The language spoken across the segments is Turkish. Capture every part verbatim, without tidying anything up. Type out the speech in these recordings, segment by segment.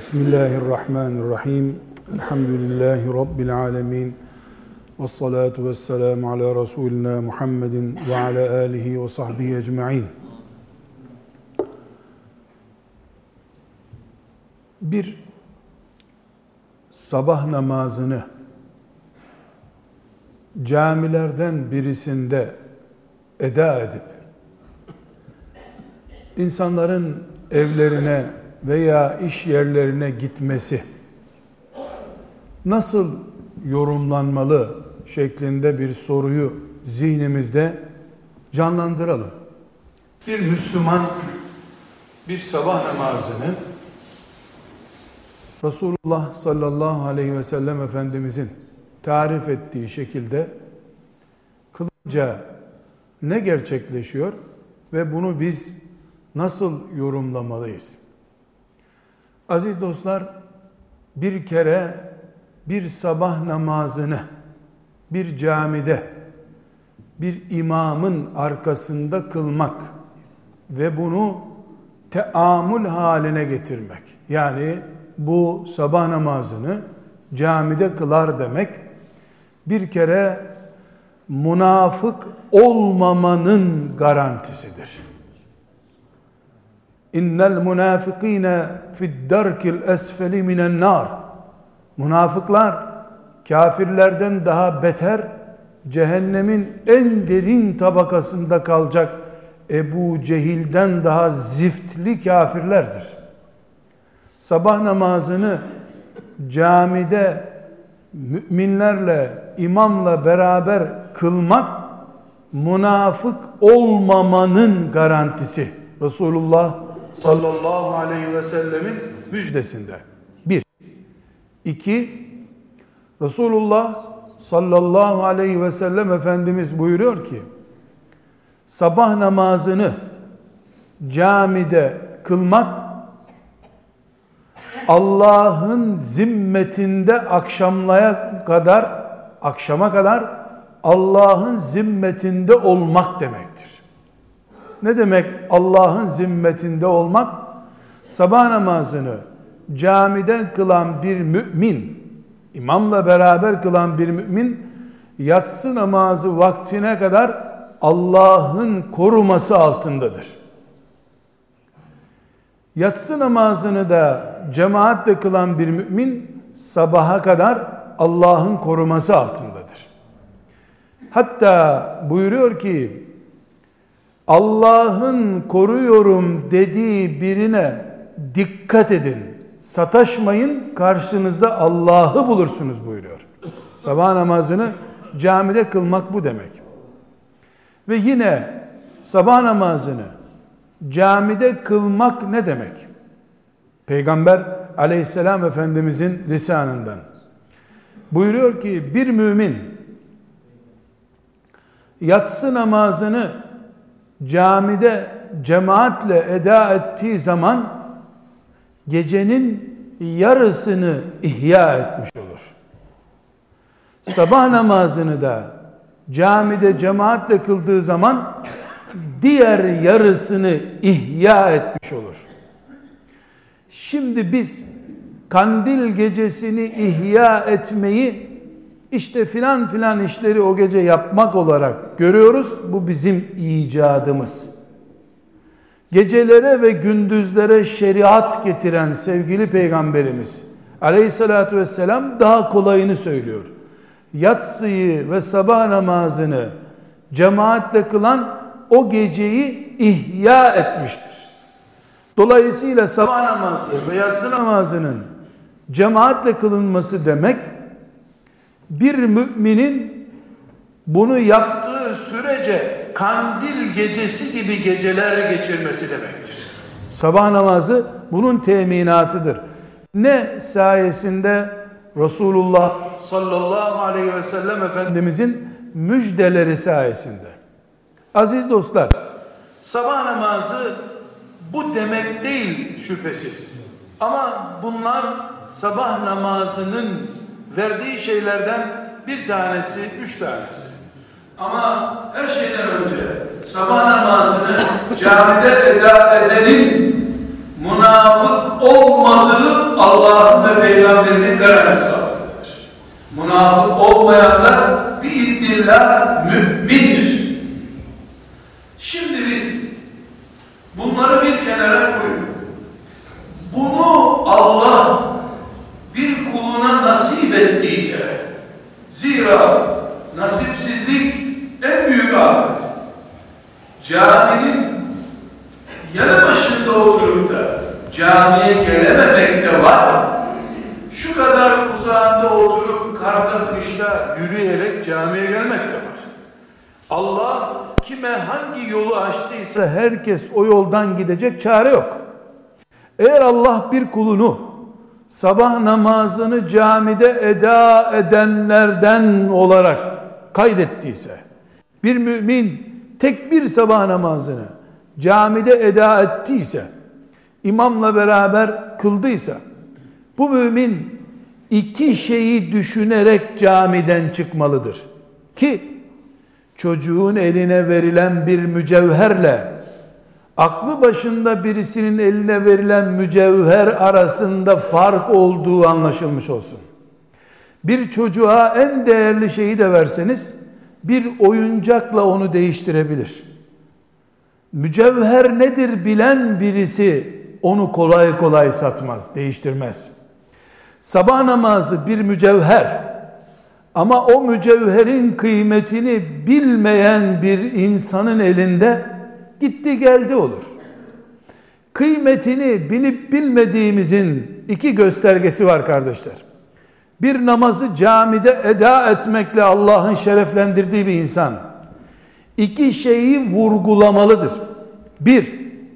Bismillahirrahmanirrahim. Elhamdülillahi Rabbil alemin. Vessalatu vesselamu ala Resulina Muhammedin ve ala alihi ve sahbihi ecma'in. Bir sabah namazını camilerden birisinde eda edip insanların evlerine veya iş yerlerine gitmesi nasıl yorumlanmalı şeklinde bir soruyu zihnimizde canlandıralım. Bir Müslüman bir sabah namazını Resulullah sallallahu aleyhi ve sellem Efendimizin tarif ettiği şekilde kılınca ne gerçekleşiyor ve bunu biz nasıl yorumlamalıyız? Aziz dostlar, bir kere bir sabah namazını bir camide bir imamın arkasında kılmak ve bunu teamül haline getirmek, yani bu sabah namazını camide kılar demek, bir kere münafık olmamanın garantisidir. İnnel münafıkîne fi'd-darkil esfeli minen nar. Münafıklar kafirlerden daha beter, cehennemin en derin tabakasında kalacak Ebu Cehil'den daha ziftli kafirlerdir. Sabah namazını camide müminlerle, imamla beraber kılmak münafık olmamanın garantisi. Resulullah sallallahu aleyhi ve sellemin müjdesinde. Bir. İki, Resulullah sallallahu aleyhi ve sellem Efendimiz buyuruyor ki, sabah namazını camide kılmak, Allah'ın zimmetinde akşamlaya kadar, akşama kadar Allah'ın zimmetinde olmak demektir. Ne demek Allah'ın zimmetinde olmak? Sabah namazını camide kılan bir mümin, imamla beraber kılan bir mümin, yatsı namazı vaktine kadar Allah'ın koruması altındadır. Yatsı namazını da cemaatle kılan bir mümin, sabaha kadar Allah'ın koruması altındadır. Hatta buyuruyor ki, Allah'ın koruyorum dediği birine dikkat edin, sataşmayın, karşınızda Allah'ı bulursunuz buyuruyor. Sabah namazını camide kılmak bu demek. Ve yine sabah namazını camide kılmak ne demek? Peygamber aleyhisselam Efendimizin lisanından buyuruyor ki, bir mümin yatsı namazını camide cemaatle eda ettiği zaman gecenin yarısını ihya etmiş olur. Sabah namazını da camide cemaatle kıldığı zaman diğer yarısını ihya etmiş olur. Şimdi biz kandil gecesini ihya etmeyi işte filan filan işleri o gece yapmak olarak görüyoruz. Bu bizim icadımız. Gecelere ve gündüzlere şeriat getiren sevgili Peygamberimiz Aleyhissalatü vesselam daha kolayını söylüyor. Yatsıyı ve sabah namazını cemaatle kılan o geceyi ihya etmiştir. Dolayısıyla sabah namazı ve yatsı namazının cemaatle kılınması demek, bir müminin bunu yaptığı sürece kandil gecesi gibi geceler geçirmesi demektir. Sabah namazı bunun teminatıdır. Ne sayesinde? Resulullah sallallahu aleyhi ve sellem Efendimizin müjdeleri sayesinde. Aziz dostlar, sabah namazı bu demek değil şüphesiz. Ama bunlar sabah namazının verdiği şeylerden bir tanesi, üç tanesi. Ama her şeyden önce sabah namazını camide eda edenin münafık olmadığı Allah'ın ve Peygamberinin garantisi altındadır. Münafık olmayan da biiznillah mümindir. Şimdi biz bunları bir kenara koyup bunu Allah bir kuluna nasip ettiyse, zira nasipsizlik en büyük afet. Caminin yanı başında oturup da camiye gelememek de var. Şu kadar uzağında oturup karda kışta yürüyerek camiye gelmek de var. Allah kime hangi yolu açtıysa herkes o yoldan gidecek, çare yok. Eğer Allah bir kulunu sabah namazını camide eda edenlerden olarak kaydettiyse, bir mümin tek bir sabah namazını camide eda ettiyse, imamla beraber kıldıysa, bu mümin iki şeyi düşünerek camiden çıkmalıdır. Ki çocuğun eline verilen bir mücevherle aklı başında birisinin eline verilen mücevher arasında fark olduğu anlaşılmış olsun. Bir çocuğa en değerli şeyi de verseniz bir oyuncakla onu değiştirebilir. Mücevher nedir bilen birisi onu kolay kolay satmaz, değiştirmez. Sabah namazı bir mücevher ama o mücevherin kıymetini bilmeyen bir insanın elinde gitti geldi olur. Kıymetini bilip bilmediğimizin iki göstergesi var kardeşler. Bir, namazı camide eda etmekle Allah'ın şereflendirdiği bir insan iki şeyi vurgulamalıdır. Bir,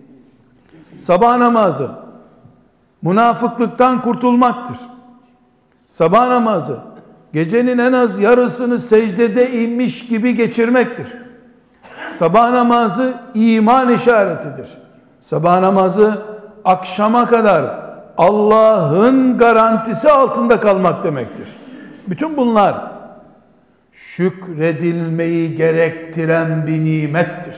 sabah namazı münafıklıktan kurtulmaktır. Sabah namazı gecenin en az yarısını secdede inmiş gibi geçirmektir. Sabah namazı iman işaretidir. Sabah namazı akşama kadar Allah'ın garantisi altında kalmak demektir. Bütün bunlar şükredilmeyi gerektiren bir nimettir.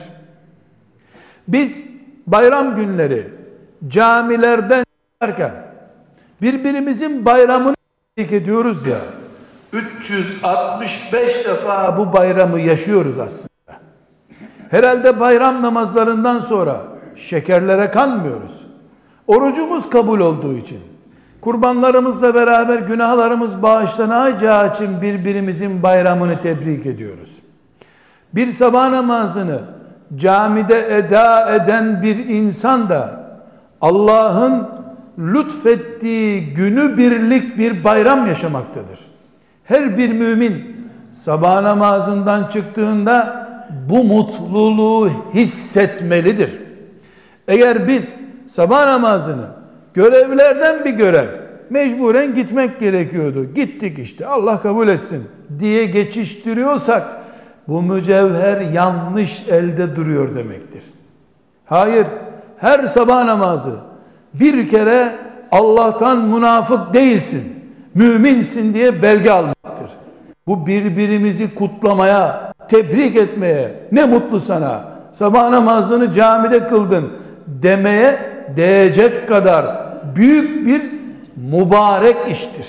Biz bayram günleri camilerden çıkarken birbirimizin bayramını tebrik ediyoruz ya, üç yüz altmış beş defa bu bayramı yaşıyoruz aslında. Herhalde bayram namazlarından sonra şekerlere kanmıyoruz. Orucumuz kabul olduğu için, kurbanlarımızla beraber günahlarımız bağışlanacağı için birbirimizin bayramını tebrik ediyoruz. Bir sabah namazını camide eda eden bir insan da Allah'ın lütfettiği günübirlik bir bayram yaşamaktadır. Her bir mümin sabah namazından çıktığında bu mutluluğu hissetmelidir. Eğer biz sabah namazını görevlerden bir görev, mecburen gitmek gerekiyordu, gittik işte Allah kabul etsin diye geçiştiriyorsak, bu mücevher yanlış elde duruyor demektir. Hayır, her sabah namazı bir kere Allah'tan münafık değilsin, müminsin diye belge almaktır. Bu birbirimizi kutlamaya, tebrik etmeye, ne mutlu sana, sabah namazını camide kıldın demeye değecek kadar büyük bir mübarek iştir.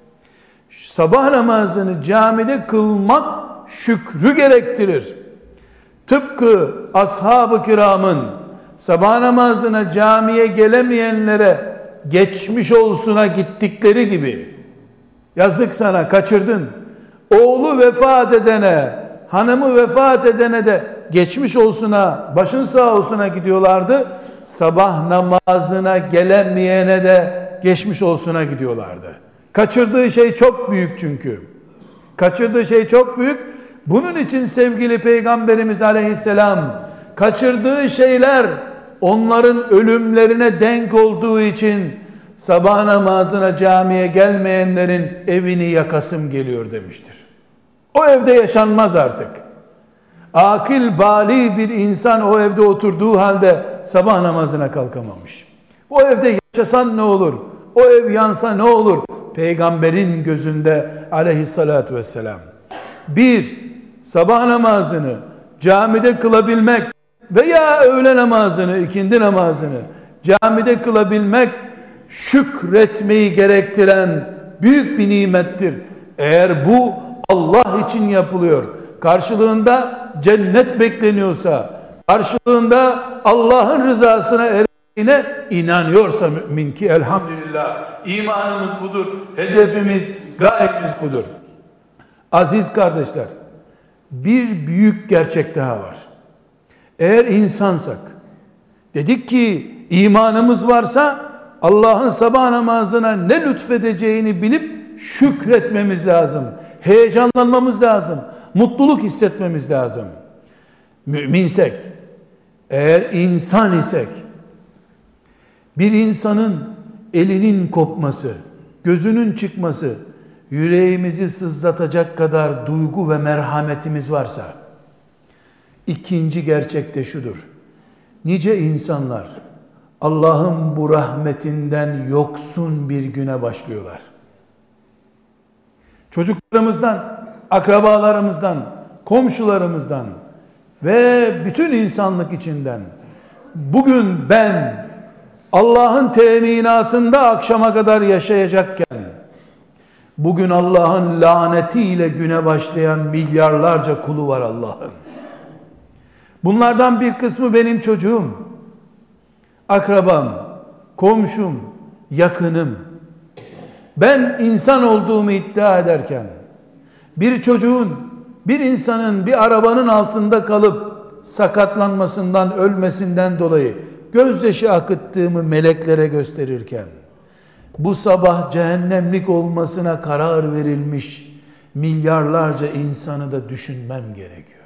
Sabah namazını camide kılmak şükrü gerektirir. Tıpkı ashab-ı kiramın sabah namazına camiye gelemeyenlere geçmiş olsuna gittikleri gibi, yazık sana kaçırdın, oğlu vefat edene, hanımı vefat edene de geçmiş olsuna, başın sağ olsuna gidiyorlardı. Sabah namazına gelemeyene de geçmiş olsuna gidiyorlardı. Kaçırdığı şey çok büyük çünkü. Kaçırdığı şey çok büyük. Bunun için sevgili Peygamberimiz Aleyhisselam, kaçırdığı şeyler onların ölümlerine denk olduğu için sabah namazına camiye gelmeyenlerin evini yakasım geliyor demiştir. O evde yaşanmaz artık. Akil, bali bir insan o evde oturduğu halde sabah namazına kalkamamış. O evde yaşasan ne olur? O ev yansa ne olur? Peygamberin gözünde aleyhissalatü vesselam. Bir, sabah namazını camide kılabilmek veya öğle namazını, ikindi namazını camide kılabilmek şükretmeyi gerektiren büyük bir nimettir. Eğer bu Allah için yapılıyor, karşılığında cennet bekleniyorsa, karşılığında Allah'ın rızasına erdiğine inanıyorsa mümin, ki elhamdülillah imanımız budur, hedefimiz, gayemiz budur. Aziz kardeşler, bir büyük gerçek daha var. Eğer insansak, dedik ki imanımız varsa Allah'ın sabah namazına ne lütfedeceğini bilip şükretmemiz lazım. Heyecanlanmamız lazım. Mutluluk hissetmemiz lazım. Müminsek, eğer insan isek, bir insanın elinin kopması, gözünün çıkması, yüreğimizi sızlatacak kadar duygu ve merhametimiz varsa, ikinci gerçek de şudur: nice insanlar Allah'ın bu rahmetinden yoksun bir güne başlıyorlar. Çocuklarımızdan, akrabalarımızdan, komşularımızdan ve bütün insanlık içinden bugün ben Allah'ın teminatında akşama kadar yaşayacakken bugün Allah'ın lanetiyle güne başlayan milyarlarca kulu var Allah'ın. Bunlardan bir kısmı benim çocuğum, akrabam, komşum, yakınım. Ben insan olduğumu iddia ederken bir çocuğun, bir insanın bir arabanın altında kalıp sakatlanmasından, ölmesinden dolayı gözyaşı akıttığımı meleklere gösterirken, bu sabah cehennemlik olmasına karar verilmiş milyarlarca insanı da düşünmem gerekiyor.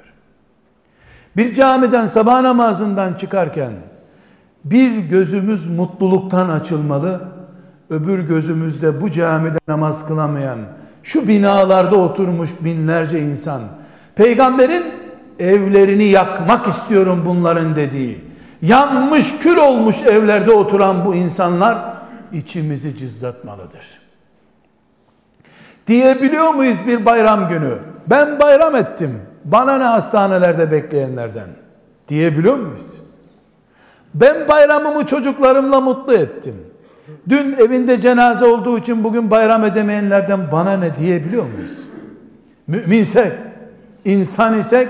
Bir camiden sabah namazından çıkarken bir gözümüz mutluluktan açılmalı, öbür gözümüzde bu camide namaz kılamayan, şu binalarda oturmuş binlerce insan, peygamberin evlerini yakmak istiyorum bunların dediği, yanmış kül olmuş evlerde oturan bu insanlar içimizi cızlatmalıdır. Diyebiliyor muyuz bir bayram günü, ben bayram ettim, bana ne hastanelerde bekleyenlerden? Diyebiliyor muyuz? Ben bayramımı çocuklarımla mutlu ettim, dün evinde cenaze olduğu için bugün bayram edemeyenlerden bana ne diyebiliyor muyuz? Müminsek, insan isek,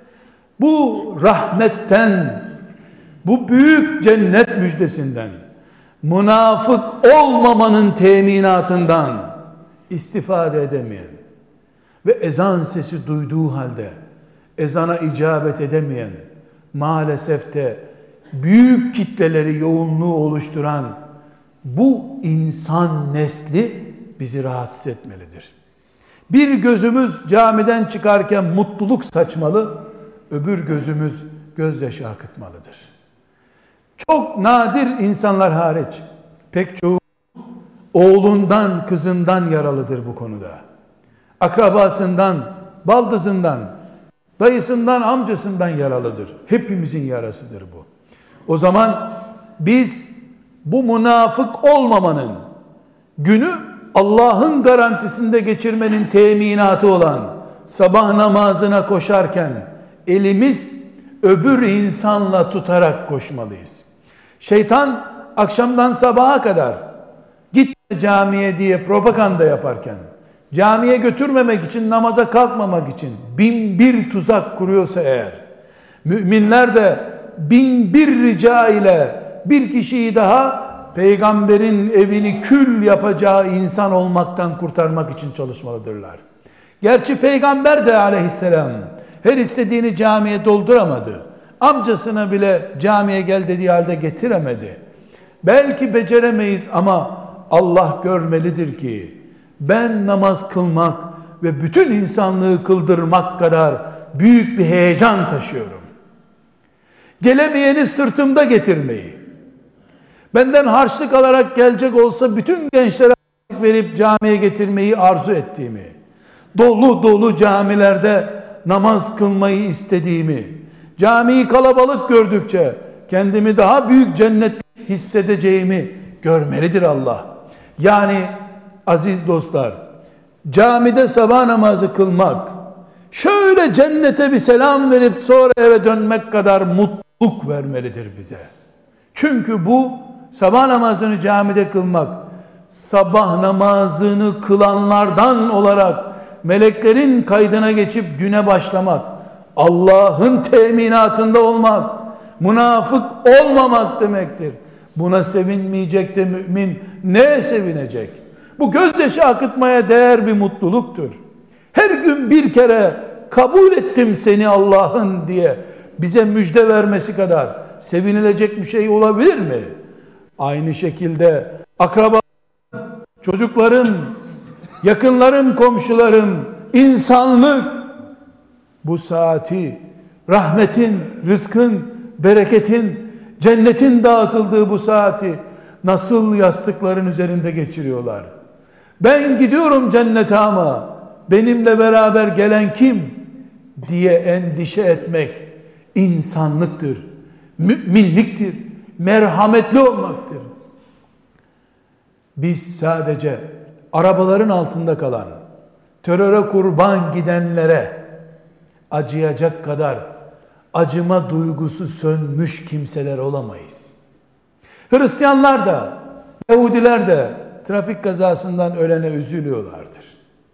bu rahmetten, bu büyük cennet müjdesinden, münafık olmamanın teminatından istifade edemeyen ve ezan sesi duyduğu halde ezana icabet edemeyen, maalesef de büyük kitleleri, yoğunluğu oluşturan bu insan nesli bizi rahatsız etmelidir. Bir gözümüz camiden çıkarken mutluluk saçmalı, öbür gözümüz gözyaşı akıtmalıdır. Çok nadir insanlar hariç, pek çoğu oğlundan, kızından yaralıdır bu konuda. Akrabasından, baldızından, dayısından, amcasından yaralıdır. Hepimizin yarasıdır bu. O zaman biz bu münafık olmamanın günü, Allah'ın garantisinde geçirmenin teminatı olan sabah namazına koşarken elimiz öbür insanla tutarak koşmalıyız. Şeytan akşamdan sabaha kadar gitme camiye diye propaganda yaparken, camiye götürmemek için, namaza kalkmamak için bin bir tuzak kuruyorsa eğer, müminler de bin bir rica ile bir kişiyi daha peygamberin evini kül yapacağı insan olmaktan kurtarmak için çalışmalıdırlar. Gerçi peygamber de aleyhisselam her istediğini camiye dolduramadı. Amcasına bile camiye gel dediği halde getiremedi. Belki beceremeyiz ama Allah görmelidir ki ben namaz kılmak ve bütün insanlığı kıldırmak kadar büyük bir heyecan taşıyorum. Gelemeyeni sırtımda getirmeyi, benden harçlık alarak gelecek olsa bütün gençlere harçlık verip camiye getirmeyi arzu ettiğimi, dolu dolu camilerde namaz kılmayı istediğimi, camiyi kalabalık gördükçe kendimi daha büyük cennet hissedeceğimi görmelidir Allah. Yani aziz dostlar, camide sabah namazı kılmak, şöyle cennete bir selam verip sonra eve dönmek kadar mutluluk vermelidir bize. Çünkü bu sabah namazını camide kılmak, sabah namazını kılanlardan olarak meleklerin kaydına geçip güne başlamak, Allah'ın teminatında olmak, münafık olmamak demektir. Buna sevinmeyecek de mümin neye sevinecek? Bu gözyaşı akıtmaya değer bir mutluluktur. Her gün bir kere kabul ettim seni Allah'ın diye bize müjde vermesi kadar sevinilecek bir şey olabilir mi? Aynı şekilde akraba, çocukların, yakınların, komşuların, insanlık bu saati rahmetin, rızkın, bereketin, cennetin dağıtıldığı bu saati nasıl yastıkların üzerinde geçiriyorlar? Ben gidiyorum cennete ama benimle beraber gelen kim diye endişe etmek insanlıktır, müminliktir, merhametli olmaktır. Biz sadece arabaların altında kalan, teröre kurban gidenlere acıyacak kadar acıma duygusu sönmüş kimseler olamayız. Hristiyanlar da, Yahudiler de trafik kazasından ölene üzülüyorlardır.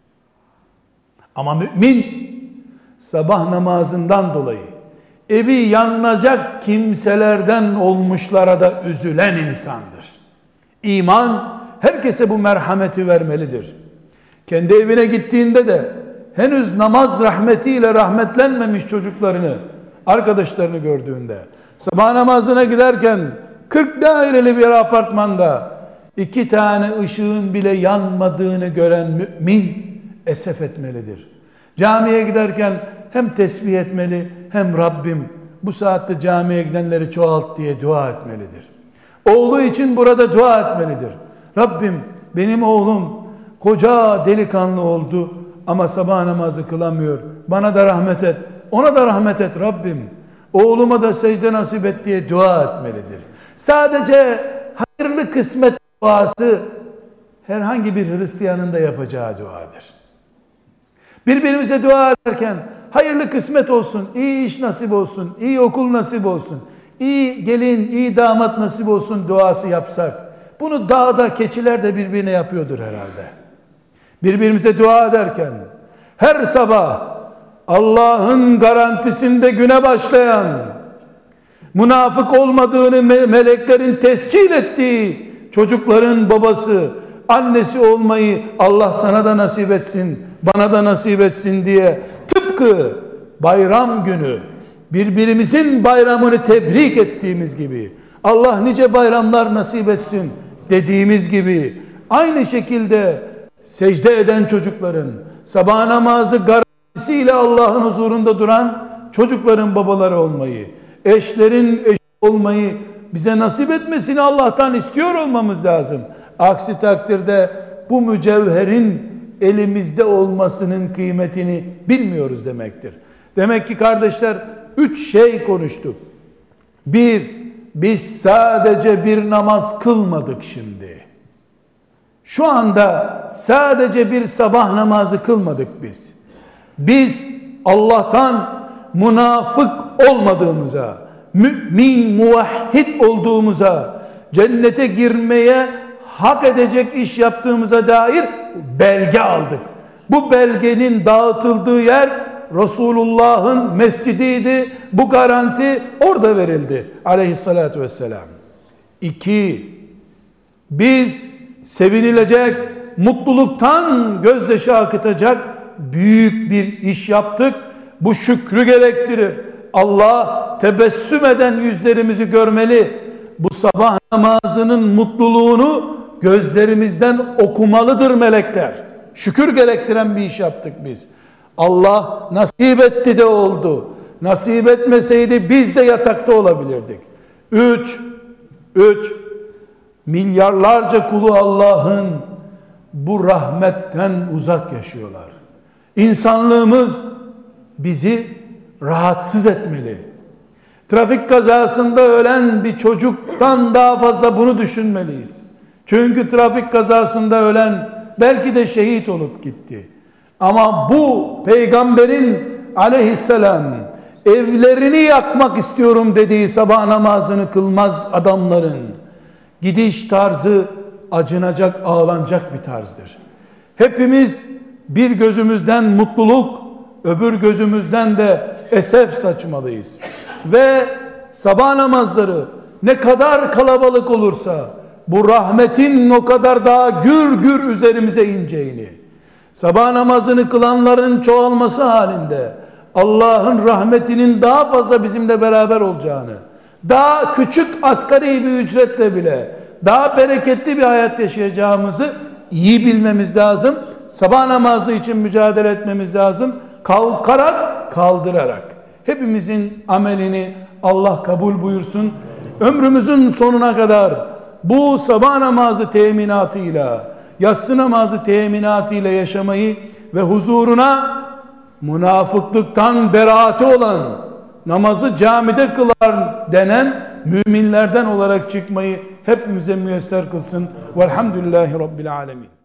Ama mümin sabah namazından dolayı evi yanacak kimselerden olmuşlara da üzülen insandır. İman herkese bu merhameti vermelidir. Kendi evine gittiğinde de henüz namaz rahmetiyle rahmetlenmemiş çocuklarını, arkadaşlarını gördüğünde, sabah namazına giderken kırk daireli bir apartmanda iki tane ışığın bile yanmadığını gören mümin esef etmelidir. Camiye giderken hem tesbih etmeli hem Rabbim bu saatte camiye gidenleri çoğalt diye dua etmelidir. Oğlu için burada dua etmelidir. Rabbim benim oğlum koca delikanlı oldu ama sabah namazı kılamıyor. Bana da rahmet et. Ona da rahmet et Rabbim. Oğluma da secde nasip et diye dua etmelidir. Sadece hayırlı kısmet duası herhangi bir Hristiyanın da yapacağı duadır. Birbirimize dua ederken hayırlı kısmet olsun, iyi iş nasip olsun, iyi okul nasip olsun, iyi gelin, iyi damat nasip olsun duası yapsak, bunu dağda keçiler de birbirine yapıyordur herhalde. Birbirimize dua ederken her sabah Allah'ın garantisinde güne başlayan, münafık olmadığını meleklerin tescil ettiği çocukların babası, annesi olmayı Allah sana da nasip etsin, bana da nasip etsin diye tıpkı bayram günü birbirimizin bayramını tebrik ettiğimiz gibi, Allah nice bayramlar nasip etsin dediğimiz gibi, aynı şekilde secde eden çocukların, sabah namazı garantisiyle Allah'ın huzurunda duran çocukların babaları olmayı, eşlerin eşi olmayı bize nasip etmesini Allah'tan istiyor olmamız lazım. Aksi takdirde bu mücevherin elimizde olmasının kıymetini bilmiyoruz demektir. Demek ki kardeşler üç şey konuştuk. Bir, biz sadece bir namaz kılmadık şimdi. Şu anda sadece bir sabah namazı kılmadık biz. Biz Allah'tan münafık olmadığımıza, mümin, muvahhid olduğumuza, cennete girmeye hak edecek iş yaptığımıza dair belge aldık. Bu belgenin dağıtıldığı yer Resulullah'ın mescidiydi. Bu garanti orada verildi aleyhissalatü vesselam. İki, biz sevinilecek, mutluluktan gözyaşı akıtacak büyük bir iş yaptık. Bu şükrü gerektirir. Allah tebessüm eden yüzlerimizi görmeli. Bu sabah namazının mutluluğunu gözlerimizden okumalıdır melekler. Şükür gerektiren bir iş yaptık biz. Allah nasip etti de oldu. Nasip etmeseydi biz de yatakta olabilirdik. Üç, üç, milyarlarca kulu Allah'ın bu rahmetten uzak yaşıyorlar. İnsanlığımız bizi rahatsız etmeli. Trafik kazasında ölen bir çocuktan daha fazla bunu düşünmeliyiz. Çünkü trafik kazasında ölen belki de şehit olup gitti. Ama bu peygamberin aleyhisselam evlerini yakmak istiyorum dediği sabah namazını kılmaz adamların gidiş tarzı acınacak, ağlanacak bir tarzdır. Hepimiz bir gözümüzden mutluluk, öbür gözümüzden de esef saçmalıyız. Ve sabah namazları ne kadar kalabalık olursa bu rahmetin o kadar daha gür gür üzerimize ineceğini, sabah namazını kılanların çoğalması halinde Allah'ın rahmetinin daha fazla bizimle beraber olacağını, daha küçük asgari bir ücretle bile daha bereketli bir hayat yaşayacağımızı iyi bilmemiz lazım. Sabah namazı için mücadele etmemiz lazım. Kalkarak, kaldırarak. Hepimizin amelini Allah kabul buyursun. Ömrümüzün sonuna kadar bu sabah namazı teminatıyla, yatsı namazı teminatıyla yaşamayı ve huzuruna münafıklıktan beraati olan, namazı camide kılar denen müminlerden olarak çıkmayı hepimize müyesser kılsın. Velhamdülillahi Rabbil alemin.